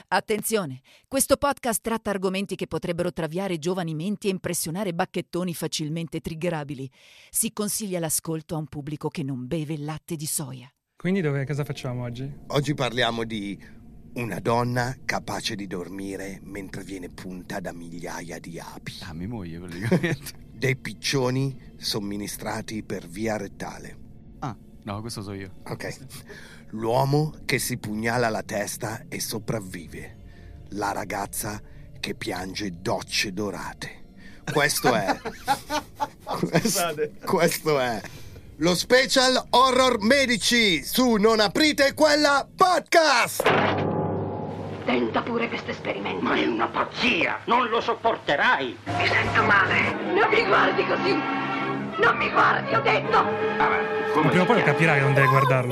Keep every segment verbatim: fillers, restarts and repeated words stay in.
Attenzione, questo podcast tratta argomenti che potrebbero traviare giovani menti e impressionare bacchettoni facilmente triggerabili. Si consiglia l'ascolto a un pubblico che non beve il latte di soia. Quindi dove, cosa facciamo oggi? Oggi parliamo di una donna capace di dormire mentre viene punta da migliaia di api. Ah, mi muoio praticamente. Dei piccioni somministrati per via rettale. Ah, no, questo so io. Ok. L'uomo che si pugnala la testa e sopravvive. La ragazza che piange docce dorate. Questo è questo, questo è lo special horror medici su Non aprite quella podcast. Tenta pure questo esperimento. Ma è una pazzia, non lo sopporterai. Mi sento male. Non mi guardi così. Non mi guardi, ho detto. Ah, Ma prima o poi capirai che non devi guardarlo.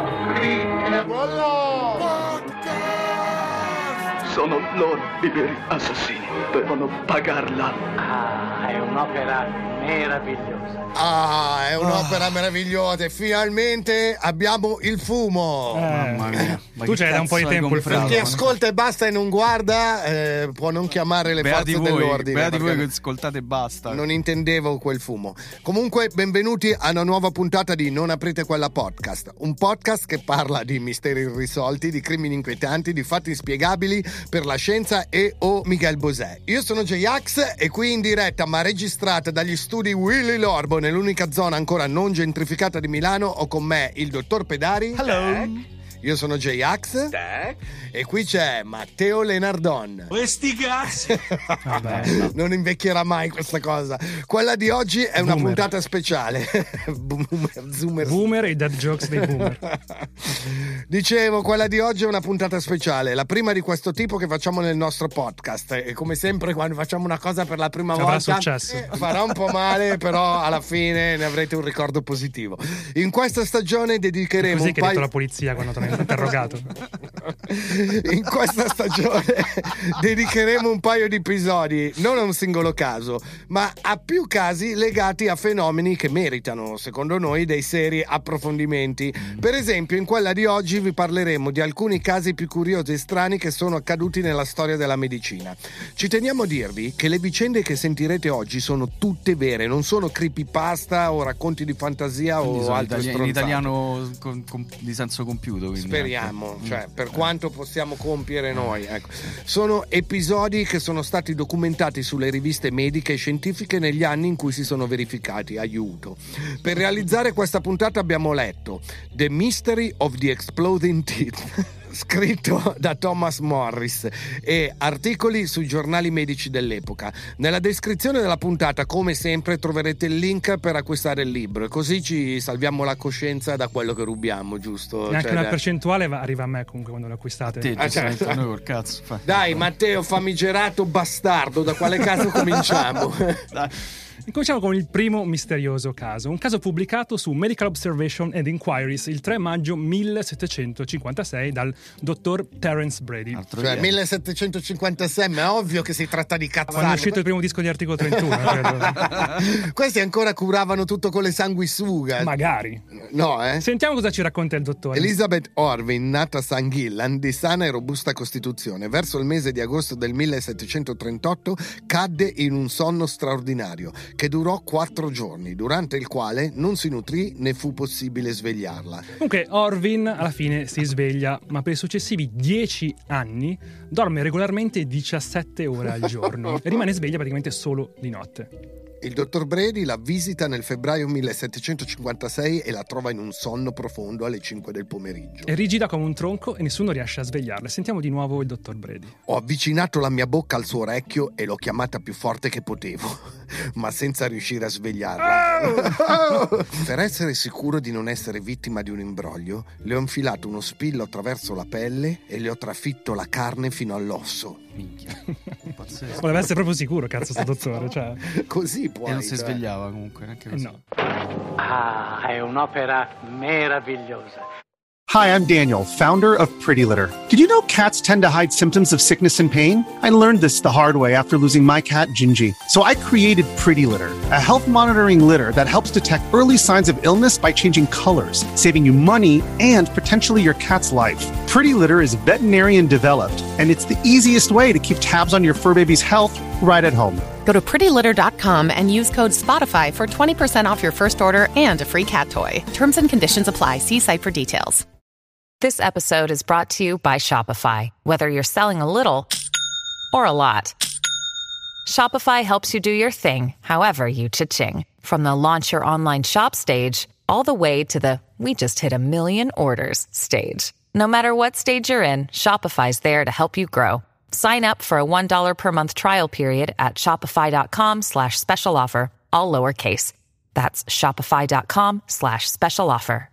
Sono loro i veri assassini. Devono pagarla. Ah, è un'opera meravigliosa. Ah, è un'opera oh. meravigliosa e finalmente abbiamo il fumo. Eh, Mamma mia. Ma tu che c'hai da un po' di cazzo hai tempo il comprato? Per chi ascolta e basta e non guarda, eh, può non chiamare le Beati forze voi, dell'ordine. beati voi perché che ascoltate e basta. non intendevo quel fumo. Comunque, benvenuti a una nuova puntata di Non aprite quella podcast. Un podcast che parla di misteri irrisolti, di crimini inquietanti, di fatti inspiegabili per la scienza e o Miguel Bosé. Io sono J-Ax e qui in diretta, ma registrata dagli studi Willy Lorbo, nell'unica zona ancora non gentrificata di Milano, ho con me il dottor Pedari. Hello. Io sono J-Ax e qui c'è Matteo Lenardon. Questi cazzi! Vabbè. Non invecchierà mai questa cosa. Quella di oggi è una Boomer. puntata speciale. Boomer, zoomer. Boomer e i dead jokes dei boomer. Dicevo, quella di oggi è una puntata speciale, la prima di questo tipo che facciamo nel nostro podcast. E come sempre quando facciamo una cosa per la prima Avrà volta successo. eh, farà un po' male, però alla fine ne avrete un ricordo positivo. In questa stagione dedicheremo Così un che hai detto paio la polizia quando ti hanno interrogato. In questa stagione dedicheremo un paio di episodi non a un singolo caso, ma a più casi legati a fenomeni che meritano, secondo noi, dei seri approfondimenti. Per esempio, in quella di oggi vi parleremo di alcuni casi più curiosi e strani che sono accaduti nella storia della medicina. Ci teniamo a dirvi che le vicende che sentirete oggi sono tutte vere, non sono creepypasta o racconti di fantasia Quindi o sono altre itali- in stronzate. italiano con- con- di senso compiuto, quindi, Speriamo, ecco. cioè Mm. per quanto possiamo compiere noi, ecco. Sono episodi che sono stati documentati sulle riviste mediche e scientifiche negli anni in cui si sono verificati. Aiuto. Per realizzare questa puntata abbiamo letto The Mystery of the Exploding Teeth, scritto da Thomas Morris, e articoli sui giornali medici dell'epoca. Nella descrizione della puntata, come sempre, troverete il link per acquistare il libro e così ci salviamo la coscienza da quello che rubiamo, giusto? E anche Cioè, una da- percentuale va- arriva a me comunque quando lo acquistate. Te, Ah, certo. giustamente, noi col cazzo. fa- Dai Matteo, famigerato bastardo, da quale caso cominciamo? Dai. Cominciamo con il primo misterioso caso. Un caso pubblicato su Medical Observation and Inquiries il tre maggio millesettecentocinquantasei dal dottor Terence Brady. Altro Cioè ieri. millesettecentocinquantasei, ma è ovvio che si tratta di Quando è cazzate. uscito il primo disco di Articolo trentuno, credo. Questi ancora curavano tutto con le sanguisughe. Magari. No, eh? Sentiamo cosa ci racconta il dottore. Elizabeth Orvin, nata a St. Gillan, di sana e robusta costituzione, verso il mese di agosto del millesettecentotrentotto cadde in un sonno straordinario che durò quattro giorni, durante il quale non si nutrì né fu possibile svegliarla. Comunque Orvin alla fine si sveglia, ma per i successivi dieci anni dorme regolarmente diciassette ore al giorno e rimane sveglia praticamente solo di notte. Il dottor Brady la visita nel febbraio millesettecentocinquantasei e la trova in un sonno profondo alle cinque del pomeriggio. È rigida come un tronco e nessuno riesce a svegliarla. Sentiamo di nuovo il dottor Brady. Ho avvicinato la mia bocca al suo orecchio e l'ho chiamata più forte che potevo, ma senza riuscire a svegliarla. Per essere sicuro di non essere vittima di un imbroglio, le ho infilato uno spillo attraverso la pelle e le ho trafitto la carne fino all'osso. Minchia. Pazzesco. Voleva essere proprio sicuro, cazzo, sto dottore. Cioè, Così puoi. E non si cioè. svegliava comunque, neanche eh così. no. Ah, è un'opera meravigliosa. Hi, I'm Daniel, founder of Pretty Litter. Did you know cats tend to hide symptoms of sickness and pain? I learned this the hard way after losing my cat, Gingy. So I created Pretty Litter, a health monitoring litter that helps detect early signs of illness by changing colors, saving you money and potentially your cat's life. Pretty Litter is veterinarian developed, and it's the easiest way to keep tabs on your fur baby's health right at home. Go to pretty litter dot com and use code SPOTIFY for twenty percent off your first order and a free cat toy. Terms and conditions apply. See site for details. This episode is brought to you by Shopify. Whether you're selling a little or a lot, Shopify helps you do your thing, however you cha-ching. From the launch your online shop stage, all the way to the we just hit a million orders stage. No matter what stage you're in, Shopify's there to help you grow. Sign up for a one dollar per month trial period at shopify.com slash special offer, all lowercase. That's shopify.com slash special offer.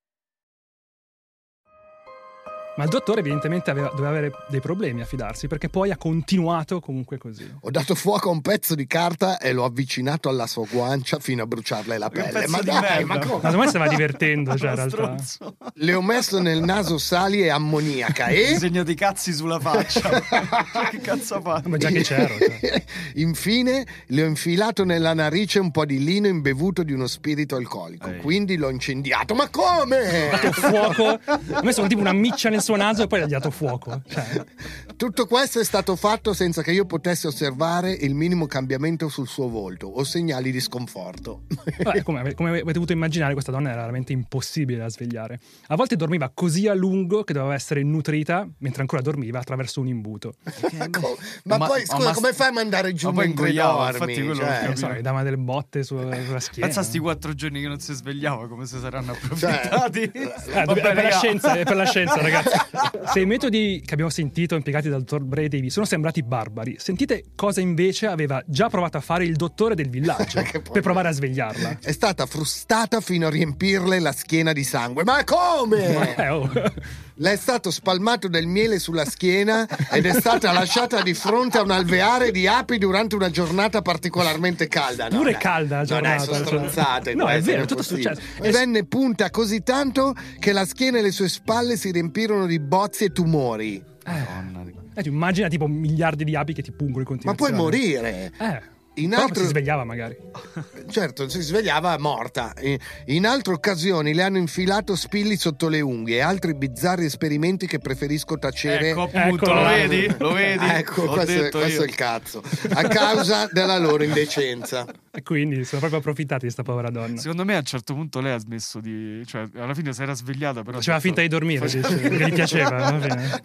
Ma il dottore evidentemente aveva, doveva avere dei problemi a fidarsi, perché poi ha continuato comunque così. Ho dato fuoco a un pezzo di carta e l'ho avvicinato alla sua guancia fino a bruciarle la pelle. Ma dai, ma come? Ma secondo me stava divertendo, cioè in realtà. Le ho messo nel naso sali e ammoniaca e... disegno di cazzi sulla faccia. Che cazzo fa? Ma già che c'ero. Cioè. Infine le ho infilato nella narice un po' di lino imbevuto di uno spirito alcolico. Ehi. Quindi l'ho incendiato. Ma come? Ha dato fuoco. Ha messo tipo una miccia nel suo naso e poi gli ha dato fuoco. Cioè. Tutto questo è stato fatto senza che io potessi osservare il minimo cambiamento sul suo volto o segnali di sconforto. Vabbè, come, come avete potuto immaginare, questa donna era veramente impossibile da svegliare. A volte dormiva così a lungo che doveva essere nutrita mentre ancora dormiva attraverso un imbuto. Ma, co- ma, ma poi scusa, ma come fai a mandare giù ma mentre dormi? Quello cioè, so, gli dava delle botte su, sulla schiena. Pensa a sti quattro giorni che non si svegliava, come se saranno approfittati. Cioè, eh, è, per la scienza, è per la scienza, ragazzi. Se i metodi che abbiamo sentito impiegati dal dottor Brady vi sono sembrati barbari, sentite cosa invece aveva già provato a fare il dottore del villaggio per provare a svegliarla. È stata frustata fino a riempirle la schiena di sangue. Ma come? Eh, oh. Le è stato spalmato del miele sulla schiena ed è stata lasciata di fronte a un alveare di api durante una giornata particolarmente calda. Pure no, calda giornata. Non è stronzate. No, è vero, è tutto successo. Venne punta così tanto che la schiena e le sue spalle si riempirono di bozzi e tumori. Eh, eh tu immagina tipo miliardi di api che ti pungono in continuazione. Ma puoi morire. Eh. In Però altro... si svegliava magari. Certo, si svegliava morta. In altre occasioni le hanno infilato spilli sotto le unghie e altri bizzarri esperimenti che preferisco tacere. Ecco appunto, ecco, lo vedi? Lo vedi? Ecco, questo, questo è il cazzo. A causa della loro indecenza. E quindi sono proprio approfittati di sta povera donna. Secondo me a un certo punto lei ha smesso di... Cioè, alla fine si era svegliata, però... Faceva finta di dormire, dice, che gli piaceva. Alla fine.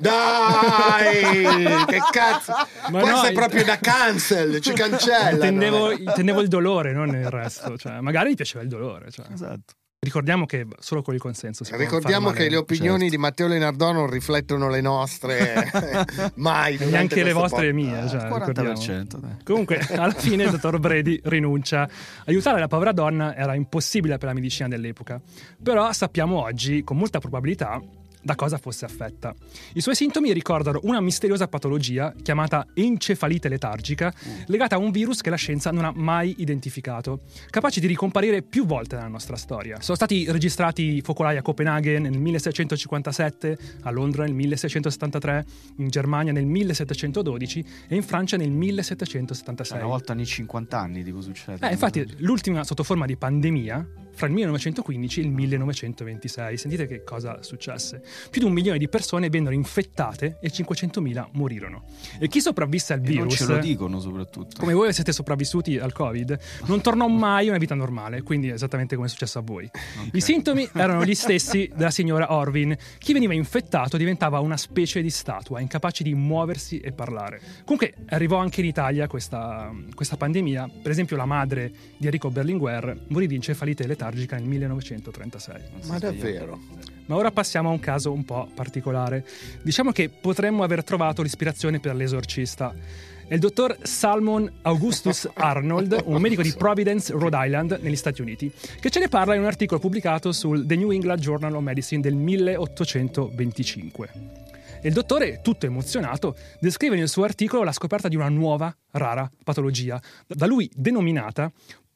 Dai! Che cazzo! Ma questo no, è proprio da cancel, ci cancella. Intendevo, intendevo il dolore, non il resto. Cioè, magari gli piaceva il dolore. Cioè. Esatto. Ricordiamo che solo con il consenso si Ricordiamo che le opinioni certo. di Matteo Lenardò non riflettono le nostre mai. Neanche le vostre e mie. Eh, cioè, quaranta per cento, dai. Comunque, alla fine il dottor Brady rinuncia. Aiutare la povera donna era impossibile per la medicina dell'epoca. Però sappiamo oggi, con molta probabilità, da cosa fosse affetta. I suoi sintomi ricordano una misteriosa patologia chiamata encefalite letargica, legata a un virus che la scienza non ha mai identificato, capace di ricomparire più volte nella nostra storia. Sono stati registrati focolai a Copenaghen nel milleseicentocinquantasette, a Londra nel milleseicentosettantatré, in Germania nel millesettecentododici e in Francia nel millesettecentosettantasei. Una volta ogni cinquanta anni tipo succede. Eh, infatti l'ultima sotto forma di pandemia fra il millenovecentoquindici e il millenovecentoventisei. Sentite che cosa successe. Più di un milione di persone vennero infettate e cinquecentomila morirono. E chi sopravvisse al e virus, non ce lo dicono soprattutto, come voi siete sopravvissuti al Covid, non tornò mai a una vita normale, quindi esattamente come è successo a voi. Okay. I sintomi erano gli stessi della signora Orvin. Chi veniva infettato diventava una specie di statua, incapace di muoversi e parlare. Comunque arrivò anche in Italia questa, questa pandemia. Per esempio la madre di Enrico Berlinguer morì di encefalite letargica nel millenovecentotrentasei. Ma davvero? Ma ora passiamo a un caso un po' particolare. Diciamo che potremmo aver trovato l'ispirazione per l'esorcista. È il dottor Salmon Augustus Arnold, un medico di Providence, Rhode Island, negli Stati Uniti, che ce ne parla in un articolo pubblicato sul The New England Journal of Medicine del milleottocentoventicinque. E il dottore, tutto emozionato, descrive nel suo articolo la scoperta di una nuova, rara patologia, da lui denominata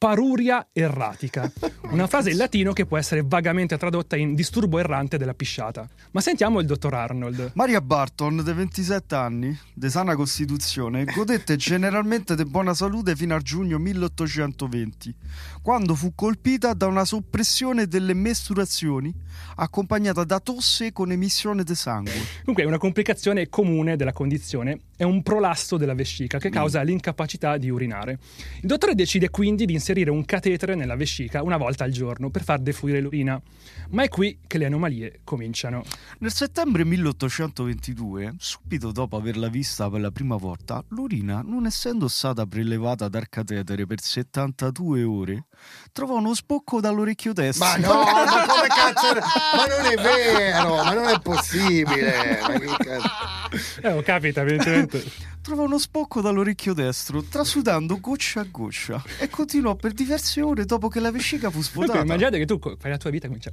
paruria erratica, una frase in latino che può essere vagamente tradotta in disturbo errante della pisciata. Ma sentiamo il dottor Arnold. Maria Barton, di ventisette anni, di sana costituzione, godette generalmente di buona salute fino a giugno milleottocentoventi, quando fu colpita da una soppressione delle mestruazioni accompagnata da tosse con emissione di sangue. Comunque una complicazione comune della condizione è un prolasso della vescica che causa mm. l'incapacità di urinare. Il dottore decide quindi di inserire un catetere nella vescica una volta al giorno per far defluire l'urina, ma è qui che le anomalie cominciano. Nel settembre milleottocentoventidue, subito dopo averla vista per la prima volta, l'urina, non essendo stata prelevata dal catetere per settantadue ore, trovò uno spocco dall'orecchio destro. Ma no, ma come cazzo? Ma non è vero, ma non è possibile. Ma che cazzo? Eh, capita, evidentemente. Trovò uno spocco dall'orecchio destro, trasudando goccia a goccia, e continuò per diverse ore dopo che la vescica fu svuotata. Immaginate che tu fai la tua vita e cominci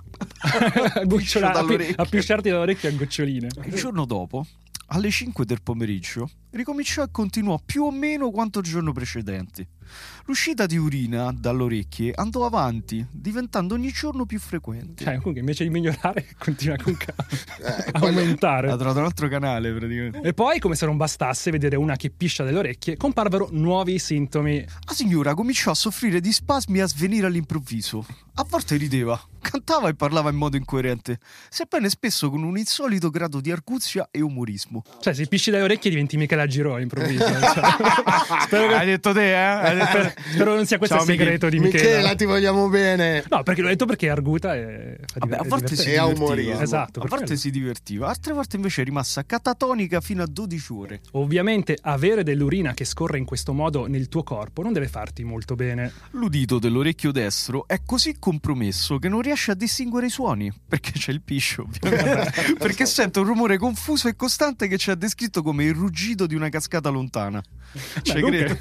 a gocciola- a pisciarti dall'orecchio a goccioline. Il giorno dopo, alle cinque del pomeriggio, ricominciò e continuò più o meno quanto il giorno precedente. L'uscita di urina dalle orecchie andò avanti, diventando ogni giorno più frequente. Cioè, comunque invece di migliorare continua comunque a aumentare. Ha trovato un altro canale praticamente. E poi, come se non bastasse vedere una che piscia dalle orecchie, comparvero nuovi sintomi. La signora cominciò a soffrire di spasmi e a svenire all'improvviso. A volte rideva, cantava e parlava in modo incoerente, sebbene spesso con un insolito grado di arguzia e umorismo. Cioè, se pisci dalle orecchie diventi Michelangelo all'improvviso. Cioè, spero che... Hai detto te, eh? Spero, spero non sia questo Ciao, il segreto Michele. di Michela. Michela, ti vogliamo bene. No, perché l'ho detto perché è arguta e fa Vabbè, a volte si E ha divertiva. umorismo. Esatto, A volte si divertiva, altre volte invece è rimasta catatonica fino a dodici ore. Ovviamente avere dell'urina che scorre in questo modo nel tuo corpo non deve farti molto bene. L'udito dell'orecchio destro è così compromesso che non riesce a distinguere i suoni, perché c'è il piscio ovviamente, perché sente un rumore confuso e costante che ci ha descritto come il ruggito di una cascata lontana. Cioè, credo.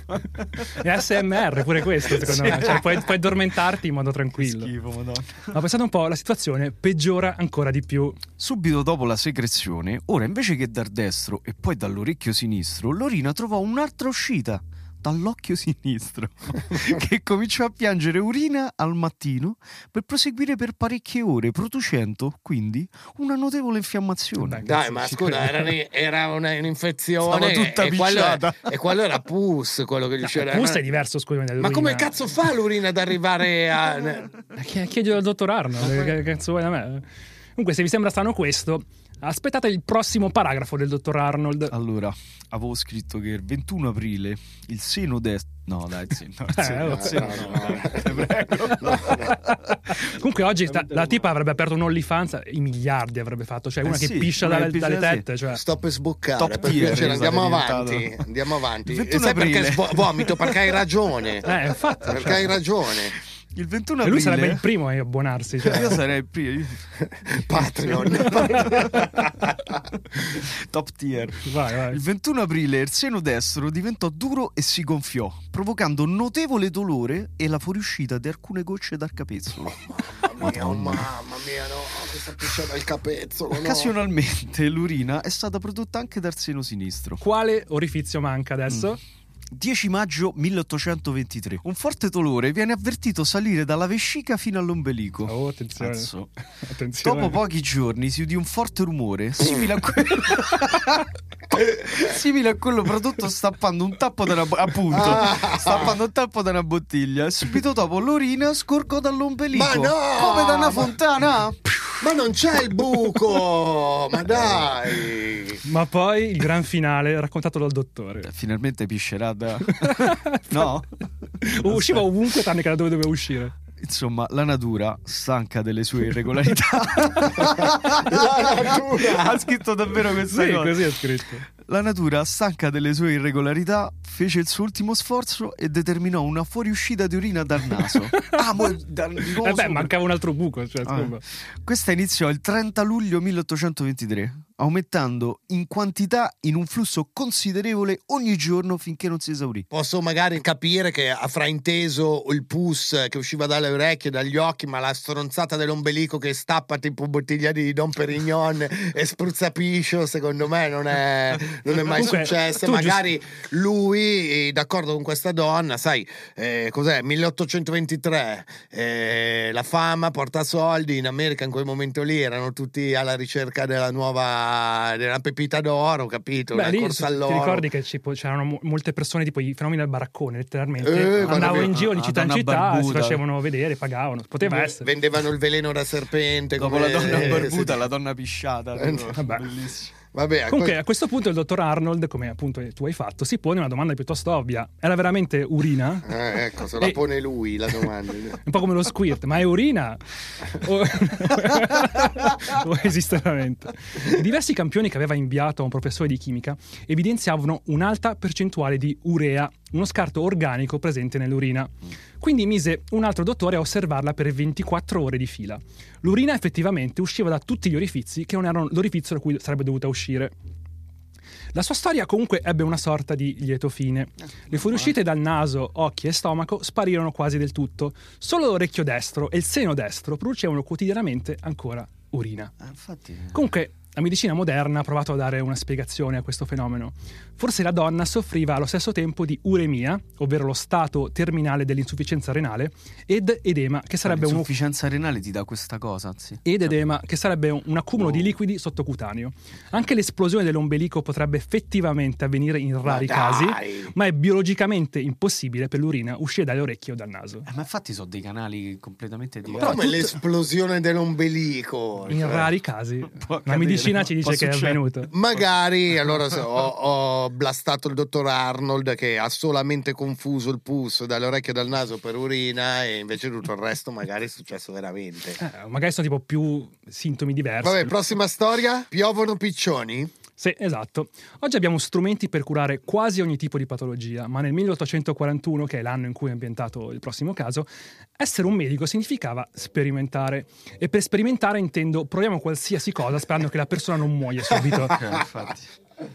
È S M R pure questo, secondo Sì. me. Cioè, puoi, puoi addormentarti in modo tranquillo. Schifo, madonna. Ma pensate un po', la situazione peggiora ancora di più. Subito dopo la secrezione, ora invece che dal destro e poi dall'orecchio sinistro, l'orina trovò un'altra uscita dall'occhio sinistro che cominciò a piangere urina al mattino per proseguire per parecchie ore, producendo quindi una notevole infiammazione. Dai, ma scusa, era, era una, un'infezione. Stava tutta e, quello, pisciata. e quello era pus, quello che gli No, usciva. il pus è diverso, scusami. Ma come cazzo fa l'urina ad arrivare a... Chiedi al dottor Arnold, che cazzo vuoi da me? Comunque, se vi sembra strano questo, aspettate il prossimo paragrafo del dottor Arnold. Allora, avevo scritto che il ventuno aprile il seno destro... No, dai, sì, no, il Eh, seno, no, il seno, no, no, no. te prego. No, no. Comunque oggi sta, la tipa avrebbe aperto un OnlyFans, i miliardi avrebbe fatto, cioè una Eh che sì, piscia una dalle, che piscia, dalle sì. tette, cioè. Sto per sboccare, Top per tier, piacere, andiamo esatto, avanti, diventato. andiamo avanti. Il E ventuno sai perché aprile. svo- vomito? Perché hai ragione. Eh, infatti, Perché cioè. hai ragione. Il ventuno E lui aprile... sarebbe il primo a abbonarsi, cioè. Io sarei il primo. io- Patreon. Top tier. Vai, vai. Il ventuno aprile il seno destro diventò duro e si gonfiò, provocando notevole dolore e la fuoriuscita di alcune gocce dal capezzolo. Mamma mia, oh, mamma mia, no, questa piscia dal capezzolo, no. Occasionalmente l'urina è stata prodotta anche dal seno sinistro. Quale orifizio manca adesso? dieci maggio milleottocentoventitré. Un forte dolore viene avvertito salire dalla vescica fino all'ombelico. Oh, attenzione. Cazzo. Attenzione. Dopo pochi giorni si udì un forte rumore simile a quello simile a quello prodotto stappando un tappo da una bo- appunto Ah. stappando un tappo da una bottiglia e subito dopo l'urina scorcò dall'ombelico. Ma no! Come da una Ma- fontana? Ma non c'è il buco, ma dai. Ma poi il gran finale raccontato dal dottore. Finalmente piscerà da... No? Usciva ovunque tranne che da dove doveva uscire. Insomma, la natura, stanca delle sue irregolarità, La natura. ha scritto davvero questa Sì, cosa. così è scritto. La natura, stanca delle sue irregolarità, fece il suo ultimo sforzo e determinò una fuoriuscita di urina dal naso. Ah, mo, da, di nuovo Eh beh, sopra. mancava un altro buco, cioè, Ah. insomma. Questa iniziò il trenta luglio milleottocentoventitré. aumentando in quantità in un flusso considerevole ogni giorno finché non si esaurì. Posso magari capire che ha frainteso il pus che usciva dalle orecchie, dagli occhi, ma la stronzata dell'ombelico che stappa tipo bottiglia di Dom Perignon e spruzza piscio, secondo me non è, non è mai Comunque, successo. Magari giusto... lui, d'accordo con questa donna, sai, eh, cos'è, milleottocentoventitré, eh, la fama porta soldi, in America in quel momento lì erano tutti alla ricerca della nuova, della pepita d'oro, capito? Beh, una lì, corsa all'oro. Ti ricordi che c'erano mo- molte persone, tipo i fenomeni del baraccone, letteralmente, eh, andavano in giro di ah, città in città, barbuta. Si facevano vedere, pagavano, poteva v- essere. Vendevano il veleno da serpente. Dopo come... la donna barbuta, eh, la donna pisciata. Vabbè. Bellissimo. Vabbè, Comunque a questo punto il dottor Arnold, come appunto tu hai fatto, si pone una domanda piuttosto ovvia. Era veramente urina? Eh, ecco, se la e... pone lui la domanda. Un po' come lo squirt, ma è urina? O, o esiste veramente? Diversi campioni che aveva inviato a un professore di chimica evidenziavano un'alta percentuale di urea, uno scarto organico presente nell'urina. Quindi mise un altro dottore a osservarla per ventiquattro ore di fila. L'urina effettivamente usciva da tutti gli orifizi che non erano l'orifizio da cui sarebbe dovuta uscire. La sua storia comunque ebbe una sorta di lieto fine. Le fuoriuscite dal naso, occhi e stomaco sparirono quasi del tutto. Solo l'orecchio destro e il seno destro producevano quotidianamente ancora urina. Ah, infatti... Comunque la medicina moderna ha provato a dare una spiegazione a questo fenomeno. Forse la donna soffriva allo stesso tempo di uremia, ovvero lo stato terminale dell'insufficienza renale, ed edema, che sarebbe un... L'insufficienza renale ti dà questa cosa, anzi. Ed edema, che sarebbe un, un accumulo oh. di liquidi sottocutaneo. Anche l'esplosione dell'ombelico potrebbe effettivamente avvenire in rari ma casi, ma è biologicamente impossibile per l'urina uscire dalle orecchie o dal naso. Eh, ma infatti sono dei canali completamente diversi. Come tutto... l'esplosione dell'ombelico? In cioè... rari casi. La medicina ci dice che è avvenuto. Magari allora ho, ho blastato il dottor Arnold che ha solamente confuso il pus dalle orecchie e dal naso per urina, e invece tutto il resto magari è successo veramente. Eh, magari sono tipo più sintomi diversi. Vabbè, prossima storia. Piovono piccioni? Sì, esatto. Oggi abbiamo strumenti per curare quasi ogni tipo di patologia, ma nel milleottocentoquarantuno, che è l'anno in cui è ambientato il prossimo caso, essere un medico significava sperimentare. E per sperimentare intendo proviamo qualsiasi cosa sperando che la persona non muoia subito. Infatti.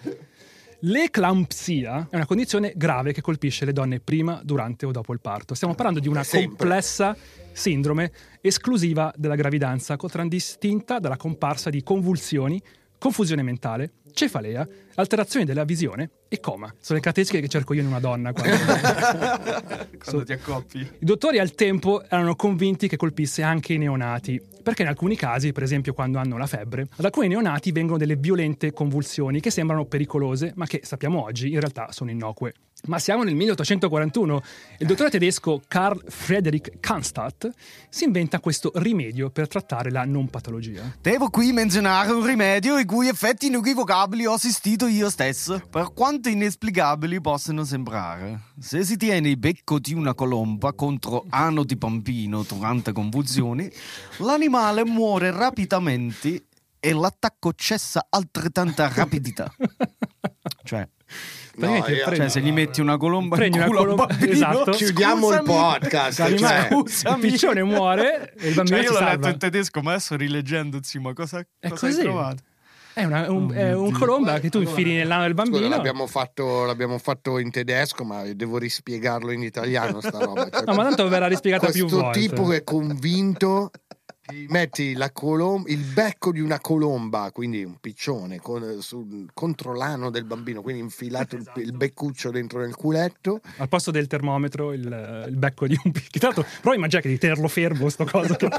L'eclampsia è una condizione grave che colpisce le donne prima, durante o dopo il parto. Stiamo parlando di una Sempre. complessa sindrome esclusiva della gravidanza, contraddistinta dalla comparsa di convulsioni, confusione mentale, cefalea, alterazioni della visione e coma. Sono le caratteristiche che cerco io in una donna quando, quando so, ti accoppi. I dottori al tempo erano convinti che colpisse anche i neonati, perché in alcuni casi, per esempio quando hanno la febbre, ad alcuni neonati vengono delle violente convulsioni che sembrano pericolose, ma che sappiamo oggi in realtà sono innocue. Ma siamo nel milleottocentoquarantuno e il dottore tedesco Karl Friedrich Cannstatt si inventa questo rimedio per trattare la non patologia. Devo qui menzionare un rimedio i cui effetti inequivocabili ho assistito io stesso, per quanto inesplicabili possano sembrare. Se si tiene il becco di una colomba contro ano di bambino durante convulsioni, l'animale muore rapidamente e l'attacco cessa altrettanta rapidità. Cioè... No, io, cioè se gli metti una colomba prendi in culo una colomba, bambino, esatto. Chiudiamo il podcast. Cioè, scusami. Il piccione muore e il bambino cioè, io si l'ho salva. letto in tedesco, ma adesso rileggendosi, ma cosa, è cosa così. hai trovato? È, una, un, è un colomba che tu infili nell'ano del bambino. Scusa, l'abbiamo, fatto, l'abbiamo fatto in tedesco, ma devo rispiegarlo in italiano sta roba. Cioè, no, ma tanto verrà rispiegata più volte. Questo tipo che è convinto, metti la colom- il becco di una colomba, quindi un piccione, con, sul, contro l'ano del bambino, quindi infilato il, il beccuccio dentro nel culetto. Al posto del termometro, il, il becco di un piccione. Tra l'altro, però immagina che di tenerlo fermo, sto coso che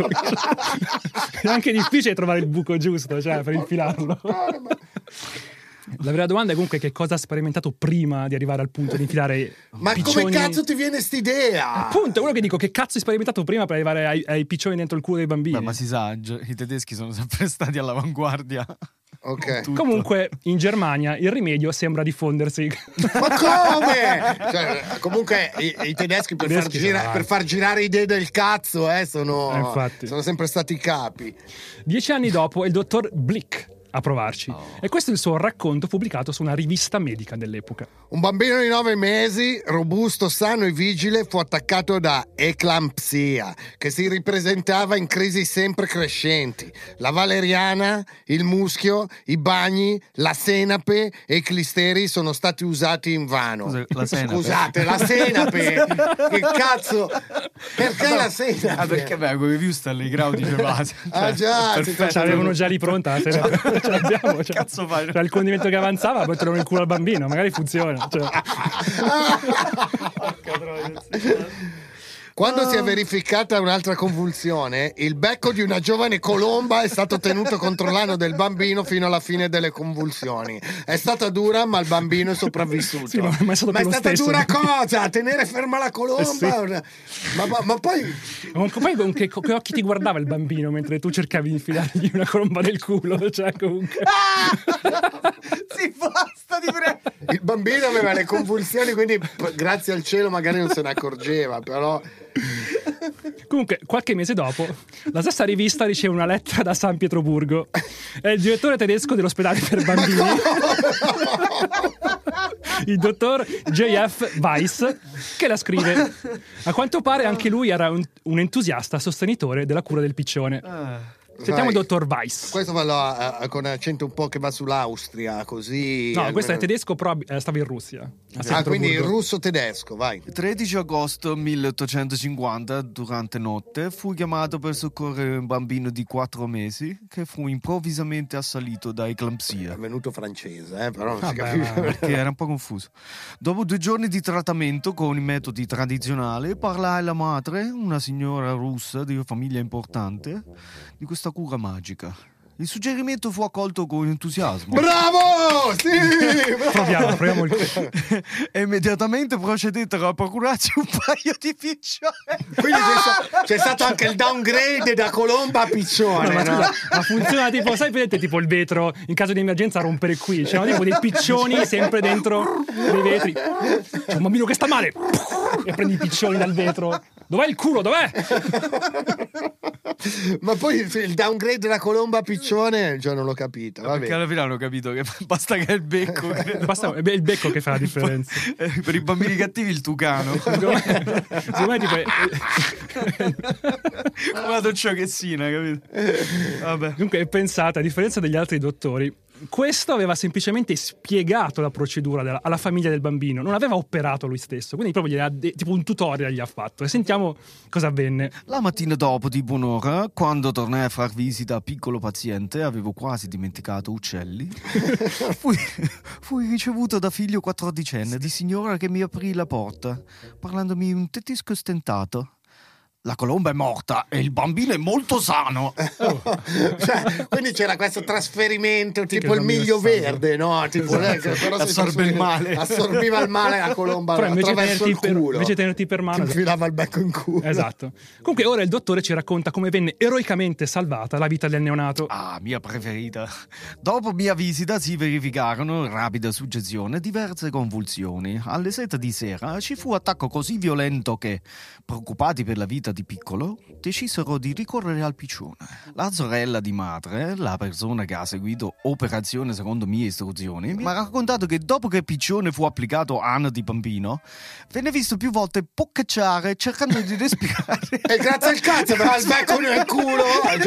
è anche difficile trovare il buco giusto, cioè, per infilarlo. La vera domanda è comunque che cosa ha sperimentato prima di arrivare al punto di infilare ma piccioni... come cazzo ti viene st'idea? Appunto, quello che dico, che cazzo hai sperimentato prima per arrivare ai, ai piccioni dentro il culo dei bambini? Beh, ma si sa, i tedeschi sono sempre stati all'avanguardia. Ok. Comunque in Germania il rimedio sembra diffondersi. Ma come? Cioè, comunque i, i tedeschi, per, tedeschi far gira- per far girare idee del cazzo eh, sono, eh, sono sempre stati i capi. Dieci anni dopo il dottor Blick a provarci. Oh. E questo è il suo racconto pubblicato su una rivista medica dell'epoca. Un bambino di nove mesi, robusto, sano e vigile, fu attaccato da eclampsia, che si ripresentava in crisi sempre crescenti. La valeriana, il muschio, i bagni, la senape e i clisteri sono stati usati invano. Scusa, la senape. Scusate, la senape! Che cazzo? Perché la senape? Ah, perché beh, come visto alle graudi di base. Cioè, ah già, cioè, avevano già lì pronta la senape. Ce l'abbiamo, cioè, cazzo fai? Cioè, il condimento che avanzava poi troviamo il culo al bambino, magari funziona, cioè. Quando si è verificata un'altra convulsione, il becco di una giovane colomba è stato tenuto contro l'ano del bambino fino alla fine delle convulsioni. È stata dura, ma il bambino è sopravvissuto. Sì, ma, ma è, stato ma è stata stesso. dura cosa? Tenere ferma la colomba? Eh sì. ma, ma, ma poi... Ma poi con che, con che occhi ti guardava il bambino mentre tu cercavi di infilargli una colomba nel culo? Cioè, comunque... Ah! Sì, basta di prego! Il bambino aveva le convulsioni, quindi grazie al cielo magari non se ne accorgeva, però... Comunque, qualche mese dopo, la stessa rivista riceve una lettera da San Pietroburgo. È il direttore tedesco dell'ospedale per bambini, il dottor J F Weiss, che la scrive. A quanto pare anche lui era un, un entusiasta sostenitore della cura del piccione. Sentiamo il dottor Weiss. Questo va là, con accento un po' che va sull'Austria, così. No, questo è tedesco, però eh, stava in Russia. Ah, quindi il russo-tedesco, vai. tredici agosto milleottocentocinquanta, durante notte, fu chiamato per soccorrere un bambino di quattro mesi che fu improvvisamente assalito da eclampsia. È venuto francese, eh, però non ah si beh, capisce. Perché era un po' confuso. Dopo due giorni di trattamento con i metodi tradizionali, parlai alla madre, una signora russa di famiglia importante, di questa cura magica. Il suggerimento fu accolto con entusiasmo. Bravo! Sì! Bravo! Proviamo, proviamo il... E immediatamente procedettero a procurarsi un paio di piccioni. Quindi c'è, c'è stato anche il downgrade da colomba a piccione. No, ma, no? scusa, ma funziona tipo, sai, vedete tipo il vetro in caso di emergenza rompere qui. C'erano tipo dei piccioni sempre dentro dei vetri. C'è un bambino che sta male e prendi i piccioni dal vetro. Dov'è il culo? Dov'è? Ma poi il downgrade della colomba a piccione, cioè non l'ho capito. Va Perché bene. alla fine hanno capito che basta che è il becco. Basta, è il becco che fa la differenza. Per i bambini cattivi il tucano. Secondo me, secondo me tipo è... come la docciocchessina, capito? Vabbè. Comunque pensate, a differenza degli altri dottori, questo aveva semplicemente spiegato la procedura della, alla famiglia del bambino, non aveva operato lui stesso, quindi proprio gli ha de- tipo un tutorial gli ha fatto. E sentiamo cosa avvenne. La mattina dopo di buon'ora, quando tornai a far visita a piccolo paziente, avevo quasi dimenticato uccelli, fui, fui ricevuto da figlio quattordicenne di signora che mi aprì la porta, parlandomi un tedesco stentato. La colomba è morta e il bambino è molto sano. Oh. Cioè, quindi c'era questo trasferimento tipo il miglio verde, no? Tipo, esatto. eh, però assorbe il male. Assorbiva il male la colomba però invece attraverso il per, culo. invece tenerti per mano, ti infilava il becco in culo. Esatto. Comunque ora il dottore ci racconta come venne eroicamente salvata la vita del neonato. Ah, mia preferita. Dopo mia visita si verificarono, rapida suggestione, diverse convulsioni. Alle sette di sera ci fu attacco così violento che, preoccupati per la vita di piccolo, decisero di ricorrere al piccione. La sorella di madre, la persona che ha seguito operazione secondo mie istruzioni, mi ha raccontato che dopo che il piccione fu applicato a ano di bambino, venne visto più volte poccacciare cercando di respirare. E grazie al cazzo, aveva il becco nel culo.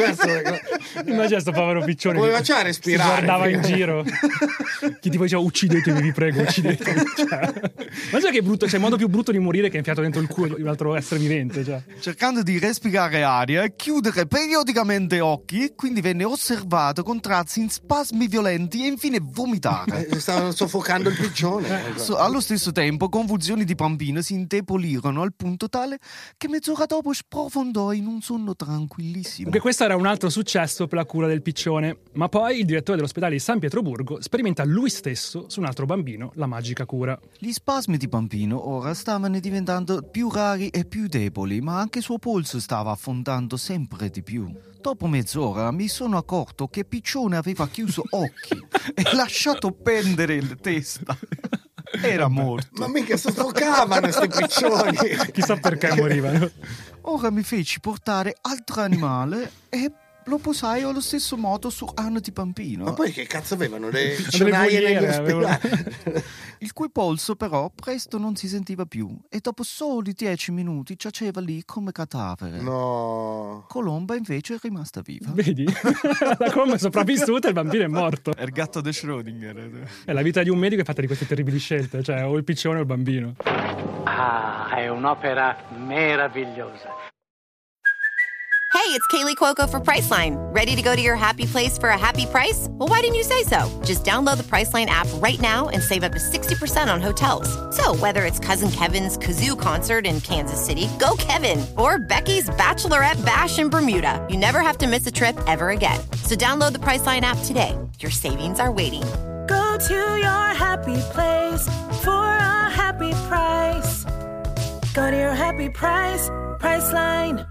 Immagina sto povero piccione come che faceva a respirare, si guardava in giro. Chi tipo diceva uccidetemi, vi prego, uccidetemi. Cioè, ma sai che brutto, c'è il modo più brutto di morire che è infiato dentro il culo di un altro essere vivente, cioè. Cercando di respirare aria, chiudere periodicamente occhi, quindi venne osservato contrarsi in spasmi violenti e infine vomitare. Eh, stavano soffocando il piccione. Eh, so, allo stesso tempo, convulsioni di bambino si indepolirono al punto tale che mezz'ora dopo sprofondò in un sonno tranquillissimo. Anche questo era un altro successo per la cura del piccione, ma poi il direttore dell'ospedale di San Pietroburgo sperimenta lui stesso su un altro bambino la magica cura. Gli spasmi di bambino ora stavano diventando più rari e più deboli, ma anche il suo polso stava affondando sempre di più. Dopo mezz'ora mi sono accorto che Piccione aveva chiuso occhi e lasciato pendere la testa. Era morto. Ma mica soffocavano sti piccioni. Chissà perché morivano. Ora mi feci portare altro animale e lo posai allo stesso modo su Anno di bambino. Ma poi che cazzo avevano? Le cionaie negli ospedali? Il cui polso però presto non si sentiva più e dopo soli dieci minuti giaceva lì come cadavere. No. Colomba invece è rimasta viva. Vedi? La Colomba è sopravvissuta e il bambino è morto. È il gatto di Schrödinger. È la vita di un medico è fatta di queste terribili scelte, cioè o il piccione o il bambino. Ah, è un'opera meravigliosa. Hey, it's Kaylee Cuoco for Priceline. Ready to go to your happy place for a happy price? Well, why didn't you say so? Just download the Priceline app right now and save up to sixty percent on hotels. So whether it's Cousin Kevin's Kazoo Concert in Kansas City, go Kevin, or Becky's Bachelorette Bash in Bermuda, you never have to miss a trip ever again. So download the Priceline app today. Your savings are waiting. Go to your happy place for a happy price. Go to your happy price, Priceline.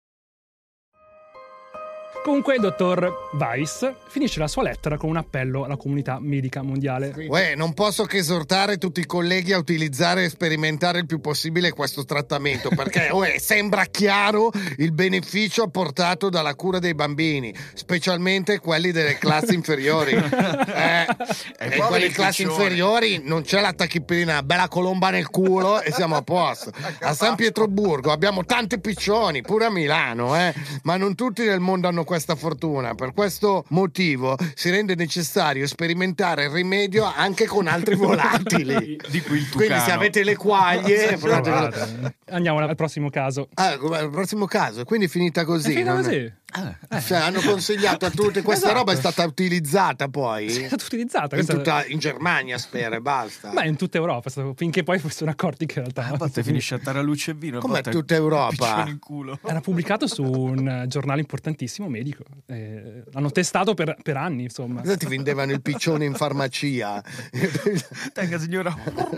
Comunque il dottor Weiss finisce la sua lettera con un appello alla comunità medica mondiale. Uè, non posso che esortare tutti i colleghi a utilizzare e sperimentare il più possibile questo trattamento, perché uè, sembra chiaro il beneficio apportato dalla cura dei bambini, specialmente quelli delle classi inferiori. Eh, e quelli classi inferiori non c'è la tachipirina, bella colomba nel culo e siamo a posto. A San Pietroburgo abbiamo tanti piccioni, pure a Milano, eh, ma non tutti nel mondo hanno questa fortuna. Per questo motivo si rende necessario sperimentare il rimedio anche con altri volatili. Di cui il Quindi se avete le quaglie provate... Andiamo al prossimo caso. Ah, il prossimo caso, quindi è finita così. È finita non così. È... Ah, cioè, hanno consigliato a tutte questa Esatto. roba è stata utilizzata poi È stata utilizzata in, questa... tutta, in Germania spero e basta. Ma in tutta Europa, finché poi si sono accorti che in realtà A volte finisce a taraluce e vino. Come tutta Europa? In culo. Era pubblicato su un giornale importantissimo medico. Eh, l'hanno testato per, per anni, insomma. Cosa ti vendevano il piccione in farmacia? Tenga signora.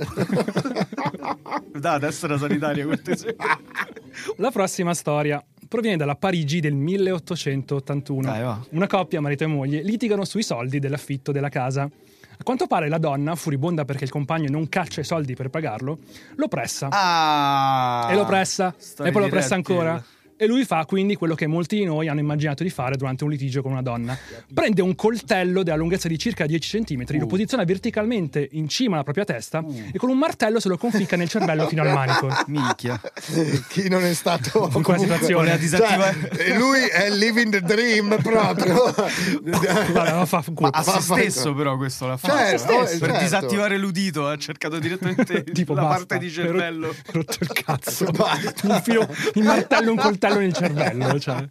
Da, destra sanitaria. La prossima storia proviene dalla Parigi del milleottocentottantuno. Dai, va. Una coppia, marito e moglie, litigano sui soldi dell'affitto della casa. A quanto pare la donna, furibonda perché il compagno non caccia i soldi per pagarlo, lo pressa. Ah, e lo pressa. Storie E poi lo di pressa rettile. ancora. E lui fa quindi quello che molti di noi hanno immaginato di fare durante un litigio con una donna. Prende un coltello della lunghezza di circa dieci centimetri, Uh. lo posiziona verticalmente in cima alla propria testa uh. e con un martello se lo conficca nel cervello fino al manico. Minchia. Chi non è stato in quella situazione? Cioè, lui è living the dream proprio. Guarda, fa Ma a se stesso però questo l'ha fatto. Certo, per certo. disattivare l'udito ha cercato direttamente tipo la basta, parte di cervello. Hai rotto il cazzo. Un filo, il martello e un coltello nel cervello. Cioè.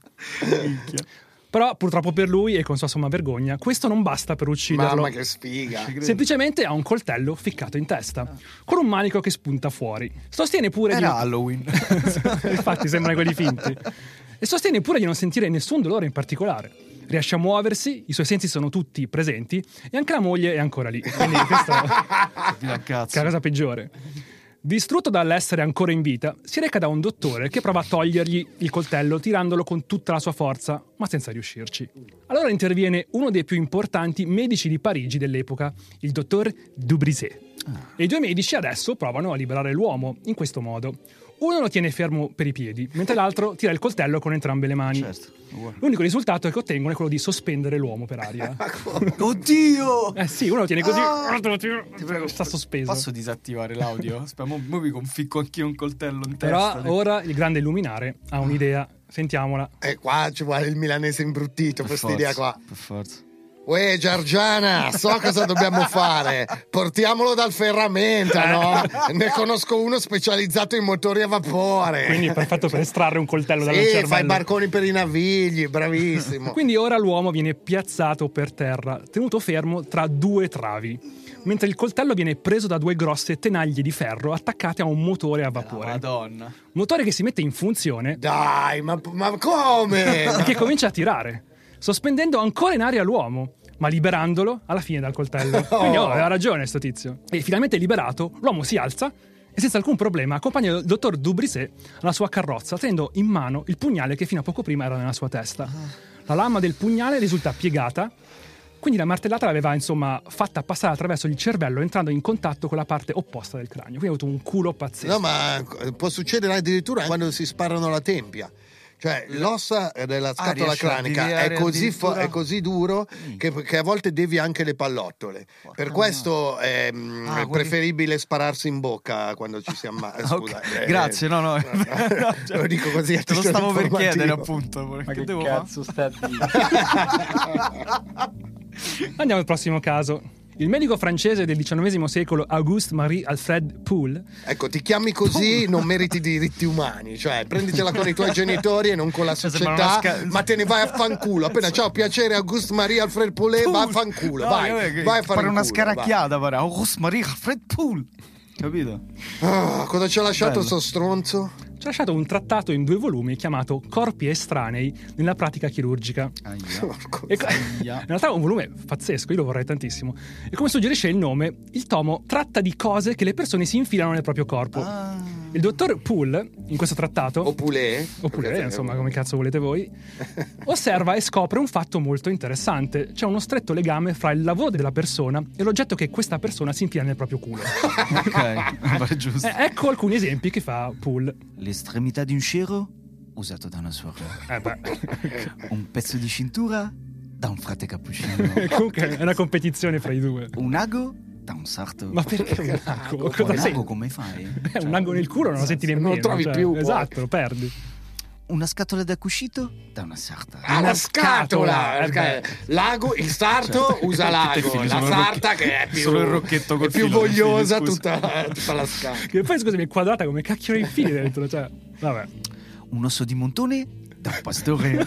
Però purtroppo per lui e con sua somma vergogna questo non basta per ucciderlo. Mamma che sfiga. Semplicemente ha un coltello ficcato in testa con un manico che spunta fuori. Sostiene pure Era di... Halloween. Infatti sembrano quelli finti. E sostiene pure di non sentire nessun dolore in particolare. Riesce a muoversi, i suoi sensi sono tutti presenti e anche la moglie è ancora lì. Quindi questa è la cosa peggiore. Distrutto dall'essere ancora in vita, si reca da un dottore che prova a togliergli il coltello tirandolo con tutta la sua forza, ma senza riuscirci. Allora interviene uno dei più importanti medici di Parigi dell'epoca, il dottor Dubrissé. E i due medici adesso provano a liberare l'uomo in questo modo. Uno lo tiene fermo per i piedi, mentre l'altro tira il coltello con entrambe le mani. Certo. L'unico risultato che ottengono è quello di sospendere l'uomo per aria. Oddio! Eh sì, uno lo tiene così, Ah! ti prego, sta sospeso. Posso disattivare l'audio? Aspetta, mo, mo mi conficco anch'io un coltello in Però testa. ora il grande illuminare ha un'idea, sentiamola. E qua ci vuole il milanese imbruttito, Per questa idea forza, qua. Per forza. Uè Giorgiana, so cosa dobbiamo fare. Portiamolo dal ferramenta, no? Ne conosco uno specializzato in motori a vapore. Quindi è perfetto per estrarre un coltello dal Sì, cervello. fa i barconi per i navigli, bravissimo. Quindi ora l'uomo viene piazzato per terra, tenuto fermo tra due travi, mentre il coltello viene preso da due grosse tenaglie di ferro attaccate a un motore a vapore. Madonna. Motore che si mette in funzione. Dai, ma, ma come? E che comincia a tirare, sospendendo ancora in aria l'uomo, ma liberandolo alla fine dal coltello. Quindi oh, aveva ragione sto tizio. E finalmente liberato, l'uomo si alza e senza alcun problema accompagna il dottor Dubrissé alla sua carrozza, tenendo in mano il pugnale che fino a poco prima era nella sua testa. La lama del pugnale risulta piegata, quindi la martellata l'aveva insomma fatta passare attraverso il cervello, entrando in contatto con la parte opposta del cranio. Quindi ha avuto un culo pazzesco. No, ma può succedere addirittura quando si sparano la tempia. Cioè, l'ossa della scatola riesce a cranica è deviare così, fo- addirittura- è così duro che, che a volte devi anche le pallottole. Per questo è, mm, Ah, è quelli- preferibile spararsi in bocca quando ci si ammazza. Ah, ok. Scusa, eh, Grazie, no, no. no, no, cioè, lo dico così a te lo titolo stavo per informativo. chiedere, appunto. Ma che che devo cazzo sta a dire? Andiamo al prossimo caso. Il medico francese del diciannovesimo secolo Auguste Marie Alfred Poul. Ecco, ti chiami così, non meriti diritti umani. Cioè, prenditela con i tuoi genitori e non con la sembra società, una sca- ma te ne vai a fanculo. Appena ciao, piacere, Auguste Marie Alfred Poulet, vai a fanculo. No, vai, vabbè, che- vai a fare pare in una culo, scaracchiata, pare. Auguste Marie Alfred Poul. Capito? vai. Ah, cosa ci ha lasciato Bello. sto stronzo? Ci ha lasciato un trattato in due volumi chiamato Corpi estranei nella pratica chirurgica. E co- in realtà è un volume pazzesco, io lo vorrei tantissimo. E come suggerisce il nome, il tomo tratta di cose che le persone si infilano nel proprio corpo. Ah. Il dottor Poul, in questo trattato, O Poulet? o Poulet, insomma, come cazzo volete voi, osserva e scopre un fatto molto interessante. C'è uno stretto legame fra il lavoro della persona e l'oggetto che questa persona si infila nel proprio culo. Ok, va giusto. Eh, ecco alcuni esempi che fa Poul. L'estremità di un cero usato da una suora. Eh beh. Un pezzo di cintura da un frate cappuccino. Comunque è una competizione fra i due. Un ago da un sarto. Ma perché un ago? Un Cosa sei? ago come fai? Eh, un ago nel culo non lo senti nemmeno. non lo trovi cioè, più, poi. Esatto, lo perdi. Una scatola da cuscito da una sarta. Ah, la scatola! Eh perché l'ago, il sarto usa l'ago, la sarta che è più, solo il rocchetto è col più filo, vogliosa scusa. tutta, tutta la scatola. Che poi scusami, è quadrata come cacchio di infili dentro. Cioè, vabbè. Un osso di montone da un pastore.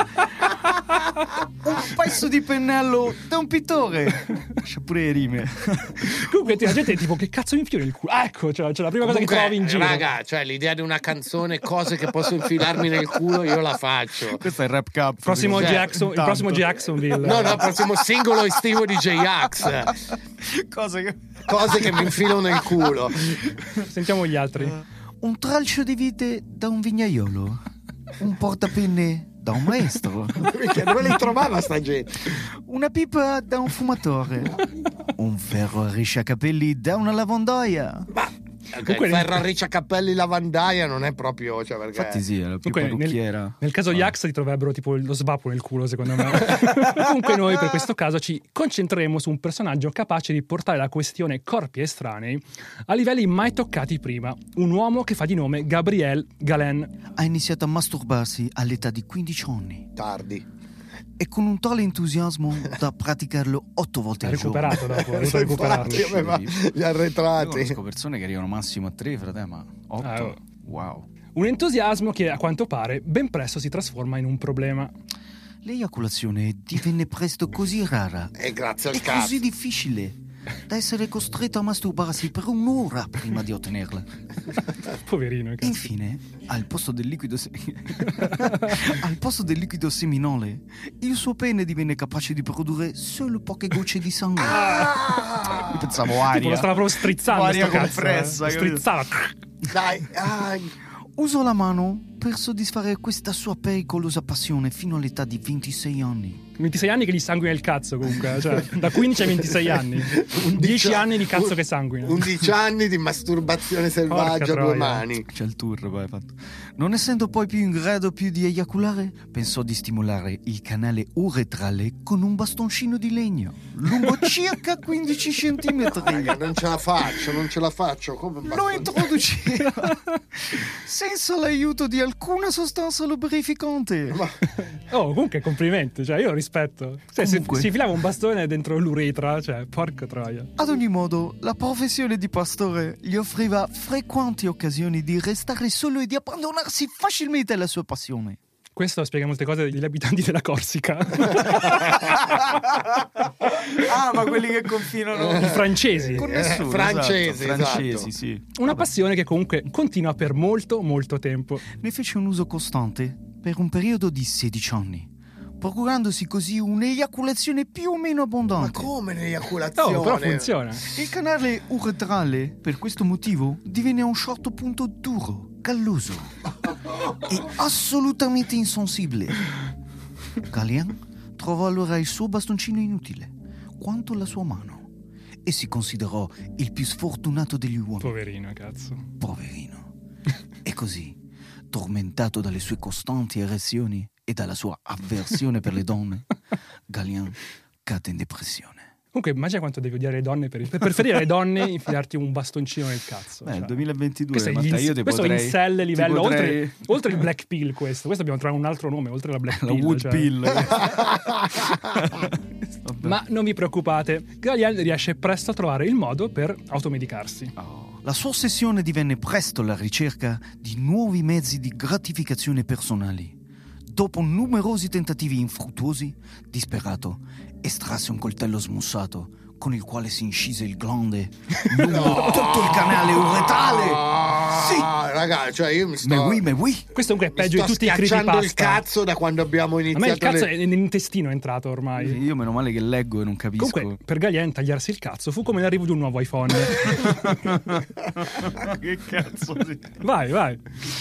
Un pezzo di pennello da un pittore. Lascia pure le rime. Comunque la gente è tipo, che cazzo mi infilo nel culo? Ah, ecco, cioè, cioè la prima Comunque, cosa che trovi in giro. raga, cioè l'idea di una canzone, cose che posso infilarmi nel culo, io la faccio. Questo è il rap cup. Prossimo Cioè, Jackson, il prossimo Jacksonville. No, no, il prossimo singolo estivo di J-Ax. Cose che... Cose che mi infilo nel culo. Sentiamo gli altri. Un tralcio di vite da un vignaiolo. Un portapenne da un maestro. Perché dove li trovava sta gente? Una pipa da un fumatore. Un ferro a risciacapelli da una lavandaia. Ma okay, Comunque- il ferro a ricciacapelli lavandaia non è proprio, cioè, perché Infatti sì, è la più Comunque, nel, parrucchiera. nel caso di Ah. Axe ti troverebbero tipo lo svapo nel culo, secondo me. Comunque noi per questo caso ci concentreremo su un personaggio capace di portare la questione corpi estranei a livelli mai toccati prima. Un uomo che fa di nome Gabriel Galen. Ha iniziato a masturbarsi all'età di quindici anni tardi. e con un tale entusiasmo da praticarlo otto volte Ha al giorno. recuperato dopo, ha dovuto recuperarlo. Infatti, aveva gli arretrati. Io conosco persone che arrivano massimo a tre, frate, ma otto? Ah, oh. Wow. Un entusiasmo che a quanto pare ben presto si trasforma in un problema. L'eiaculazione divenne presto così rara E grazie al e cazzo. così difficile da essere costretto a masturbarsi per un'ora prima di ottenerla. Poverino, cazzo. Infine, al posto del liquido se- al posto del liquido seminale, il suo pene divenne capace di produrre solo poche gocce di sangue. Io pensavo Tipo, aria. lo stava proprio strizzando Aria sto cazzo, compressa, eh. capito? Strizzava. Dai, ai. Usò la mano per soddisfare questa sua pericolosa passione fino all'età di ventisei anni. ventisei anni che gli sanguina il cazzo comunque, cioè da quindici a ventisei anni. dieci anni di cazzo che sanguina. undici anni di masturbazione selvaggia a due troia. mani. C'è il tour poi fatto. Non essendo poi più in grado più di eiaculare, pensò di stimolare il canale uretrale con un bastoncino di legno, lungo circa quindici centimetri. Raga, non ce la faccio, non ce la faccio. Come Lo introduceva senza l'aiuto di alcuna sostanza lubrificante. Oh, comunque complimenti, cioè io lo rispetto. Cioè, se Comunque. si filava un bastone dentro l'uretra, cioè porca troia. Ad ogni modo, la professione di pastore gli offriva frequenti occasioni di restare solo e di abbandonarsi facilmente alla sua passione. Questo spiega molte cose degli abitanti della Corsica. Ah, ma quelli che confinano I francesi. con nessuno. francesi, esatto, francesi, esatto. sì. Una passione che comunque continua per molto molto tempo. Ne fece un uso costante per un periodo di sedici anni, procurandosi così un'eiaculazione più o meno Ma abbondante. come l'eiaculazione? Oh, però funziona. Il canale uretrale, per questo motivo, divenne a un certo punto duro, calloso e assolutamente insensibile. Galien trovò allora il suo bastoncino inutile, quanto la sua mano, e si considerò il più sfortunato degli uomini. Poverino, cazzo. Poverino. E così, tormentato dalle sue costanti erezioni e dalla sua avversione per le donne, Galien cade in depressione. Comunque immagina quanto devi odiare le donne per, per preferire le donne infilarti un bastoncino nel cazzo. Beh, cioè. il duemilaventidue, questo è Matteo, ins- io ti questo potrei, è incel livello potrei... oltre, oltre il black pill questo. Questo dobbiamo trovare un altro nome oltre la black la pill. wood cioè. pill. Ma non vi preoccupate, Galien riesce presto a trovare il modo per automedicarsi. Oh. La sua ossessione divenne presto la ricerca di nuovi mezzi di gratificazione personali. Dopo numerosi tentativi infruttuosi, disperato, estrasse un coltello smussato con il quale si incise il glande lungo no! tutto il canale uretrale. Sì, raga, cioè io mi sto mais oui, mais oui. Questo comunque è peggio di tutti i creepypasta. Sto il cazzo da quando abbiamo iniziato. A me il cazzo le... è nell'intestino è entrato ormai. Io meno male che leggo e non capisco. Comunque, per Galien tagliarsi il cazzo fu come l'arrivo di un nuovo iPhone. Che cazzo? Sì. Vai, vai.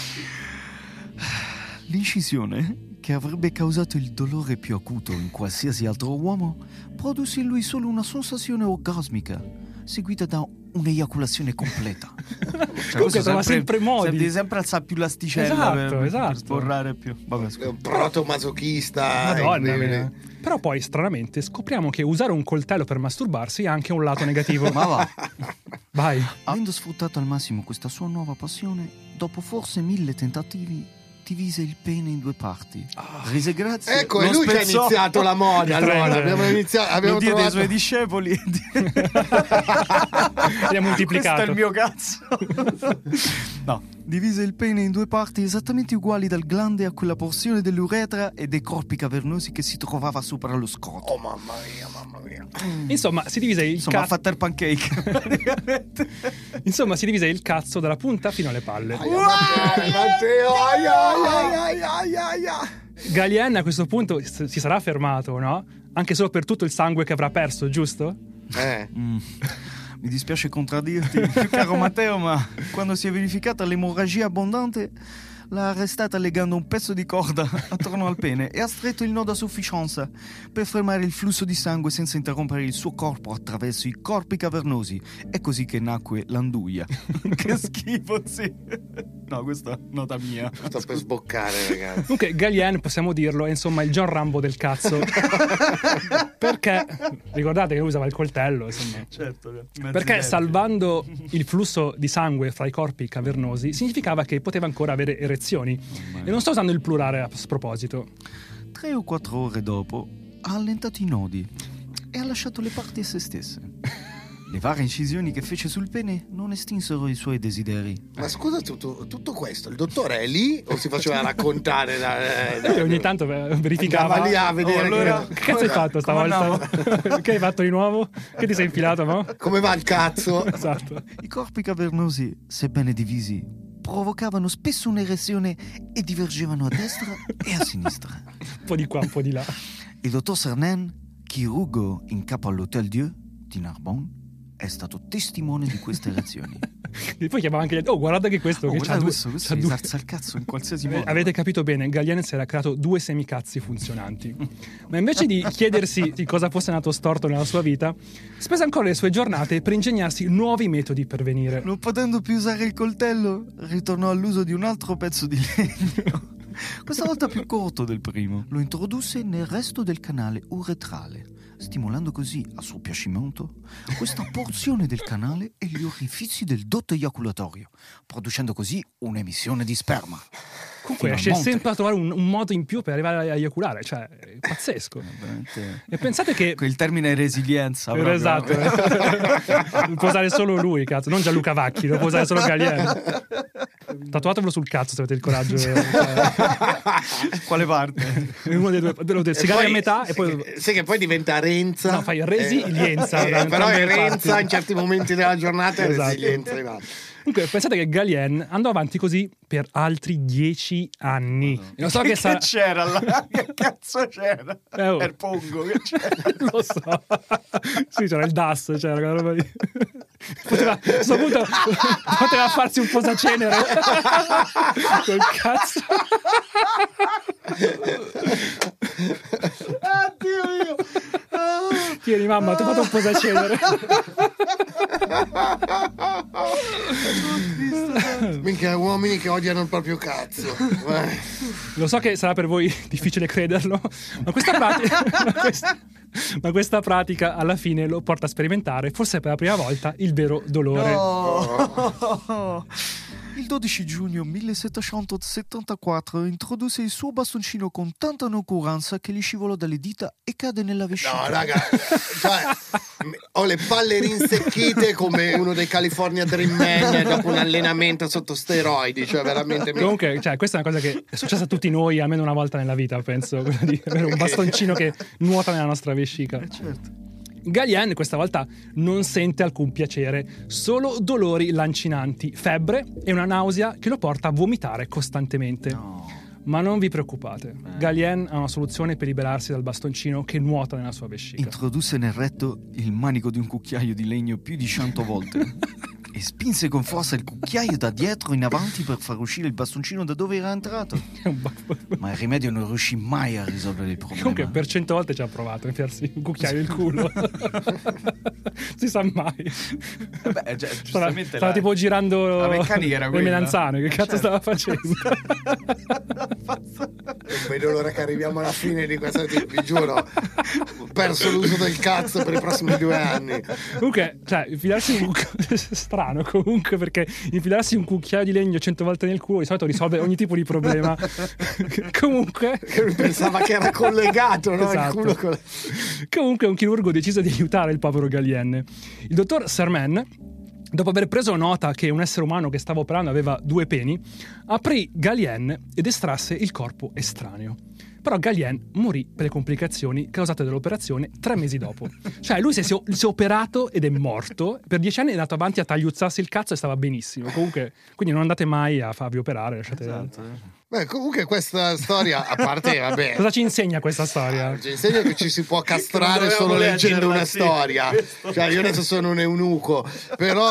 L'incisione, che avrebbe causato il dolore più acuto in qualsiasi altro uomo, produsse in lui solo una sensazione orgasmica, seguita da un'eiaculazione completa. Cioè, comunque trova sempre modi. Devi sempre alzare più l'asticella esatto, per, esatto. per sborrare più. Vabbè, un proto-masochista. Madonna mia. Però poi, stranamente, scopriamo che usare un coltello per masturbarsi ha anche un lato negativo. Ma va. Vai. Avendo sfruttato al massimo questa sua nuova passione, dopo forse mille tentativi, divise il pene in due parti. Oh. Rese grazie. Ecco, è lui spezzò. che ha iniziato la moda. Allora, abbiamo iniziato. Abbiamo lo diede trovato... ai suoi discepoli. E ha moltiplicato. Questo è il mio cazzo. No. Divise il pene in due parti esattamente uguali dal glande a quella porzione dell'uretra e dei corpi cavernosi che si trovava sopra lo scroto. Oh mamma mia, mamma mia. Insomma, si divise il Insomma, cazzo. ha fatto il pancake. Insomma, si divise il cazzo dalla punta fino alle palle. Ai, Matteo, ai, ai, ai, ai, ai, ai. Galien a questo punto si sarà fermato, no? Anche solo per tutto il sangue che avrà perso, giusto? Eh. Mm. Mi dispiace contraddirti, caro Matteo, ma quando si è verificata l'emorragia abbondante, l'ha arrestata legando un pezzo di corda attorno al pene e ha stretto il nodo a sufficienza per fermare il flusso di sangue senza interrompere il suo corpo attraverso i corpi cavernosi. È così che nacque l'anduia. Che schifo, sì. No, questa è nota mia. Sto per sboccare, ragazzi. Comunque Galien, possiamo dirlo, è insomma il John Rambo del cazzo. Perché, ricordate che usava il coltello, insomma. Certo. Perché salvando il flusso di sangue fra i corpi cavernosi significava che poteva ancora avere erezioni. Oh, e non sto usando il plurale a sproposito. Tre o quattro ore dopo ha allentato i nodi e ha lasciato le parti a se stesse. Le varie incisioni che fece sul pene non estinsero i suoi desideri. Ma scusa, tutto, tutto questo, il dottore è lì o si faceva raccontare? Da, da, da, ogni tanto verificava. Andava lì a vedere. Oh, allora, che, che cazzo hai fatto stavolta? Che hai fatto di nuovo? Che ti sei infilato, no? Come va il cazzo? Esatto. I corpi cavernosi, sebbene divisi, provocavano spesso un'erezione e divergevano a destra e a sinistra. Un po' di qua, un po' di là. Il dottor Cernan, chirurgo in capo all'Hôtel Dieu di Narbonne, è stato testimone di queste erezioni. E poi chiamava anche gli altri. Oh, guarda che questo oh, che c'ha questo, due, questo c'ha mi due... salza il cazzo in qualsiasi modo. Avete capito bene, Galien si era creato due semicazzi funzionanti. Ma invece di chiedersi di cosa fosse nato storto nella sua vita, spese ancora le sue giornate per ingegnarsi nuovi metodi per venire. Non potendo più usare il coltello, ritornò all'uso di un altro pezzo di legno. Questa volta più corto del primo. Lo introdusse nel resto del canale uretrale, stimolando così a suo piacimento questa porzione del canale e gli orifizi del dotto eiaculatorio, producendo così un'emissione di sperma. Comunque riesce sempre a trovare un, un modo in più per arrivare a eiaculare, cioè è pazzesco. Veramente... E pensate che il termine è resilienza. Proprio. Esatto. Lo può usare solo lui, cazzo, non Gianluca Vacchi, lo può usare solo Galien. Tatuatevelo sul cazzo se avete il coraggio. Quale parte? Uno dei due, due sigari a metà e poi sai che poi diventa Renza. No, fai resilienza. Eh, eh, però è Renza in certi momenti della giornata e esatto. Resilienza in altri. Comunque, pensate che Galien andò avanti così per altri dieci anni. Oh, no. Non so che, che, sa... che c'era là. Che cazzo c'era? Eh, oh. Per Pongo, che c'era? Lo so. Sì, c'era il D A S, c'era quella roba lì. Poteva, a questo punto poteva farsi un posacenere. Col cazzo. Oddio mio. Tieni mamma, ti ho fatto un posacenere. Minchia, uomini che odiano il proprio cazzo. Lo so che sarà per voi difficile crederlo, ma questa pratica ma, questa, ma questa pratica alla fine lo porta a sperimentare, forse per la prima volta, il vero dolore. No. Il dodici giugno millesettecentosettantaquattro introdusse il suo bastoncino con tanta noncuranza che gli scivolò dalle dita e cade nella vescica. No, raga, cioè, ho le palle rinsecchite come uno dei California Dream Man dopo un allenamento sotto steroidi, cioè veramente. Comunque, cioè, questa è una cosa che è successa a tutti noi almeno una volta nella vita, penso, quella di avere un bastoncino che nuota nella nostra vescica. Eh, certo. Galien questa volta non sente alcun piacere, solo dolori lancinanti, febbre e una nausea che lo porta a vomitare costantemente. No. Ma non vi preoccupate, eh. Galien ha una soluzione per liberarsi dal bastoncino che nuota nella sua vescica. Introdusse nel retto il manico di un cucchiaio di legno più di cento volte e spinse con forza il cucchiaio da dietro in avanti per far uscire il bastoncino da dove era entrato. Ma il rimedio non riuscì mai a risolvere il problema. Comunque per cento volte ci ha provato a infilarsi un cucchiaio nel culo. Si sa mai. Vabbè, cioè, stava, stava tipo girando la meccanica era le quella. melanzane. Che cazzo certo. stava facendo? Non vedo l'ora che arriviamo alla fine di questa, vi giuro, ho perso l'uso del cazzo per i prossimi due anni. Comunque, cioè, infilarsi un strano comunque, perché infilarsi un cucchiaio di legno cento volte nel culo di solito risolve ogni tipo di problema. Comunque pensava che era collegato, no? Esatto. Il culo con... Comunque un chirurgo decise di aiutare il povero Galien. Il dottor Sermen, dopo aver preso nota che un essere umano che stava operando aveva due peni, aprì Galien ed estrasse il corpo estraneo. Però Galien morì per le complicazioni causate dall'operazione tre mesi dopo. Cioè lui si è, si è operato ed è morto. Per dieci anni è andato avanti a tagliuzzarsi il cazzo e stava benissimo. Comunque, quindi non andate mai a farvi operare. Lasciate... Esatto. Beh, comunque questa storia, a parte, vabbè... Cosa ci insegna questa storia? Ci insegna che ci si può castrare solo leggendo una sì, storia. Cioè io adesso sono un eunuco, però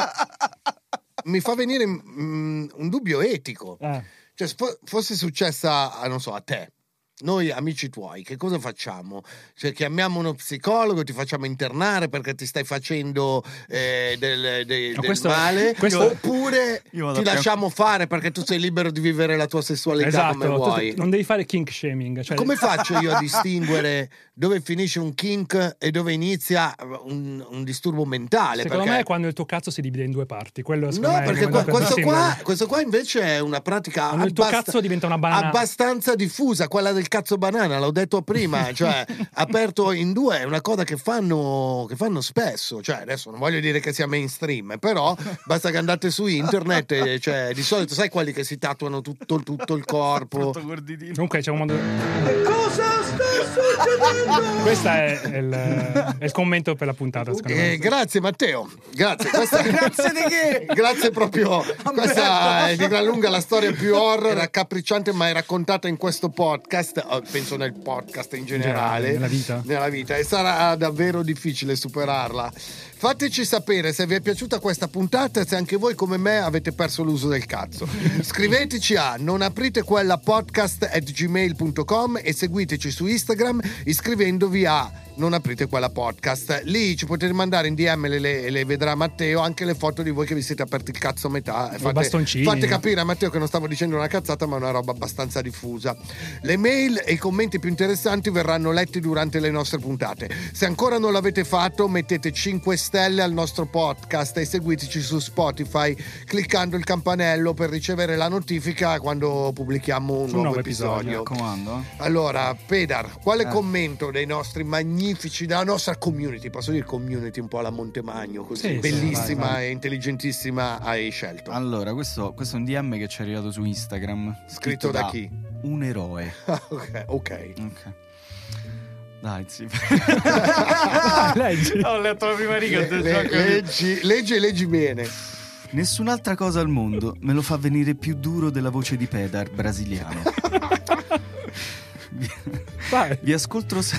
mi fa venire mm, un dubbio etico. Eh. Cioè se fosse successa, non so, a te, noi amici tuoi, che cosa facciamo? Cioè chiamiamo uno psicologo, ti facciamo internare perché ti stai facendo eh, del, del, del questo, male, questo... oppure ti lasciamo fare perché tu sei libero di vivere la tua sessualità, esatto, come vuoi. Tu, non devi fare kink shaming. Cioè... Come faccio io a distinguere dove finisce un kink e dove inizia un, un disturbo mentale? Secondo perché... me è quando il tuo cazzo si divide in due parti. Quello, no, perché qua, questo, qua, questo qua invece è una pratica quando abbast- il tuo cazzo diventa una banana abbastanza diffusa, quella del cazzo banana, l'ho detto prima, cioè aperto in due è una cosa che fanno, che fanno spesso, cioè adesso non voglio dire che sia mainstream, però basta che andate su internet e, cioè, di solito sai quelli che si tatuano tutto, tutto il corpo. Comunque c'è un mondo... Cosa sta succedendo? Questo è il, è il commento per la puntata, secondo eh, me. Grazie Matteo, grazie. Questa... grazie di che? Grazie proprio. Questa è di gran lunga la storia più horror, raccapricciante, mai raccontata in questo podcast, penso nel podcast in generale, nella vita. nella vita, e sarà davvero difficile superarla. Fateci sapere se vi è piaciuta questa puntata e se anche voi come me avete perso l'uso del cazzo. Scriveteci a non aprite quella podcast at gmail punto com e seguiteci su Instagram iscrivendovi a non aprite quella podcast. Lì ci potete mandare in D M, le, le, le vedrà Matteo, anche le foto di voi che vi siete aperti il cazzo a metà. Fate, fate capire a Matteo che non stavo dicendo una cazzata, ma è una roba abbastanza diffusa. Le mail e i commenti più interessanti verranno letti durante le nostre puntate. Se ancora non l'avete fatto, mettete cinque stelle al nostro podcast e seguiteci su Spotify cliccando il campanello per ricevere la notifica quando pubblichiamo un, un nuovo, nuovo episodio. episodio. Allora, Pedar, quale eh. commento dei nostri magnifici, della nostra community, posso dire community un po' alla Montemagno, così sì, bellissima sì, vai, vai. e intelligentissima, hai scelto? Allora, questo, questo è un D M che ci è arrivato su Instagram, scritto, scritto da, da chi? Un eroe. ok, ok. Ok. Dai, sì. Leggi. Ho letto la prima riga. Le, le, leggi, leggi e leggi bene. Nessun'altra cosa al mondo me lo fa venire più duro della voce di Pedar brasiliano. Vai. Vi ascolto se-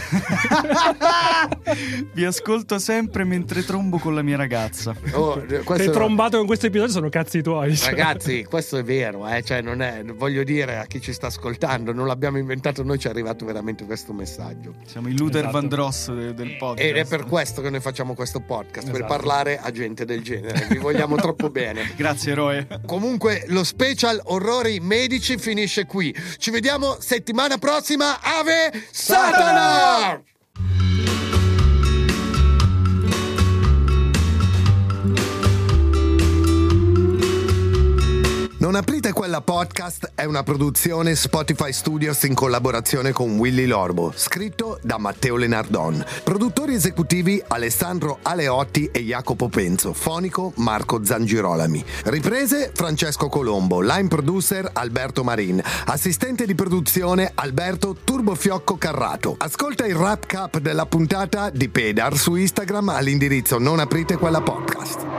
Vi ascolto sempre mentre trombo con la mia ragazza. Oh, questo... Sei trombato con questo episodio, sono cazzi tuoi. Cioè. Ragazzi, questo è vero, eh? Cioè, non è, voglio dire a chi ci sta ascoltando, non l'abbiamo inventato noi, ci è arrivato veramente questo messaggio. Siamo i Luther Esatto. Vandross de- del podcast. Ed è per questo che noi facciamo questo podcast, per Esatto. parlare a gente del genere. Vi vogliamo troppo bene. Grazie, eroe. Comunque lo special orrori medici finisce qui. Ci vediamo settimana prossima. Ave Satana! Non aprite quella podcast è una produzione Spotify Studios in collaborazione con Willy Lorbo, scritto da Matteo Lenardon. Produttori esecutivi Alessandro Aleotti e Jacopo Penzo, fonico Marco Zangirolami. Riprese Francesco Colombo, line producer Alberto Marin, assistente di produzione Alberto Turbofiocco Carrato. Ascolta il wrap up della puntata di Pedar su Instagram all'indirizzo Non aprite quella podcast.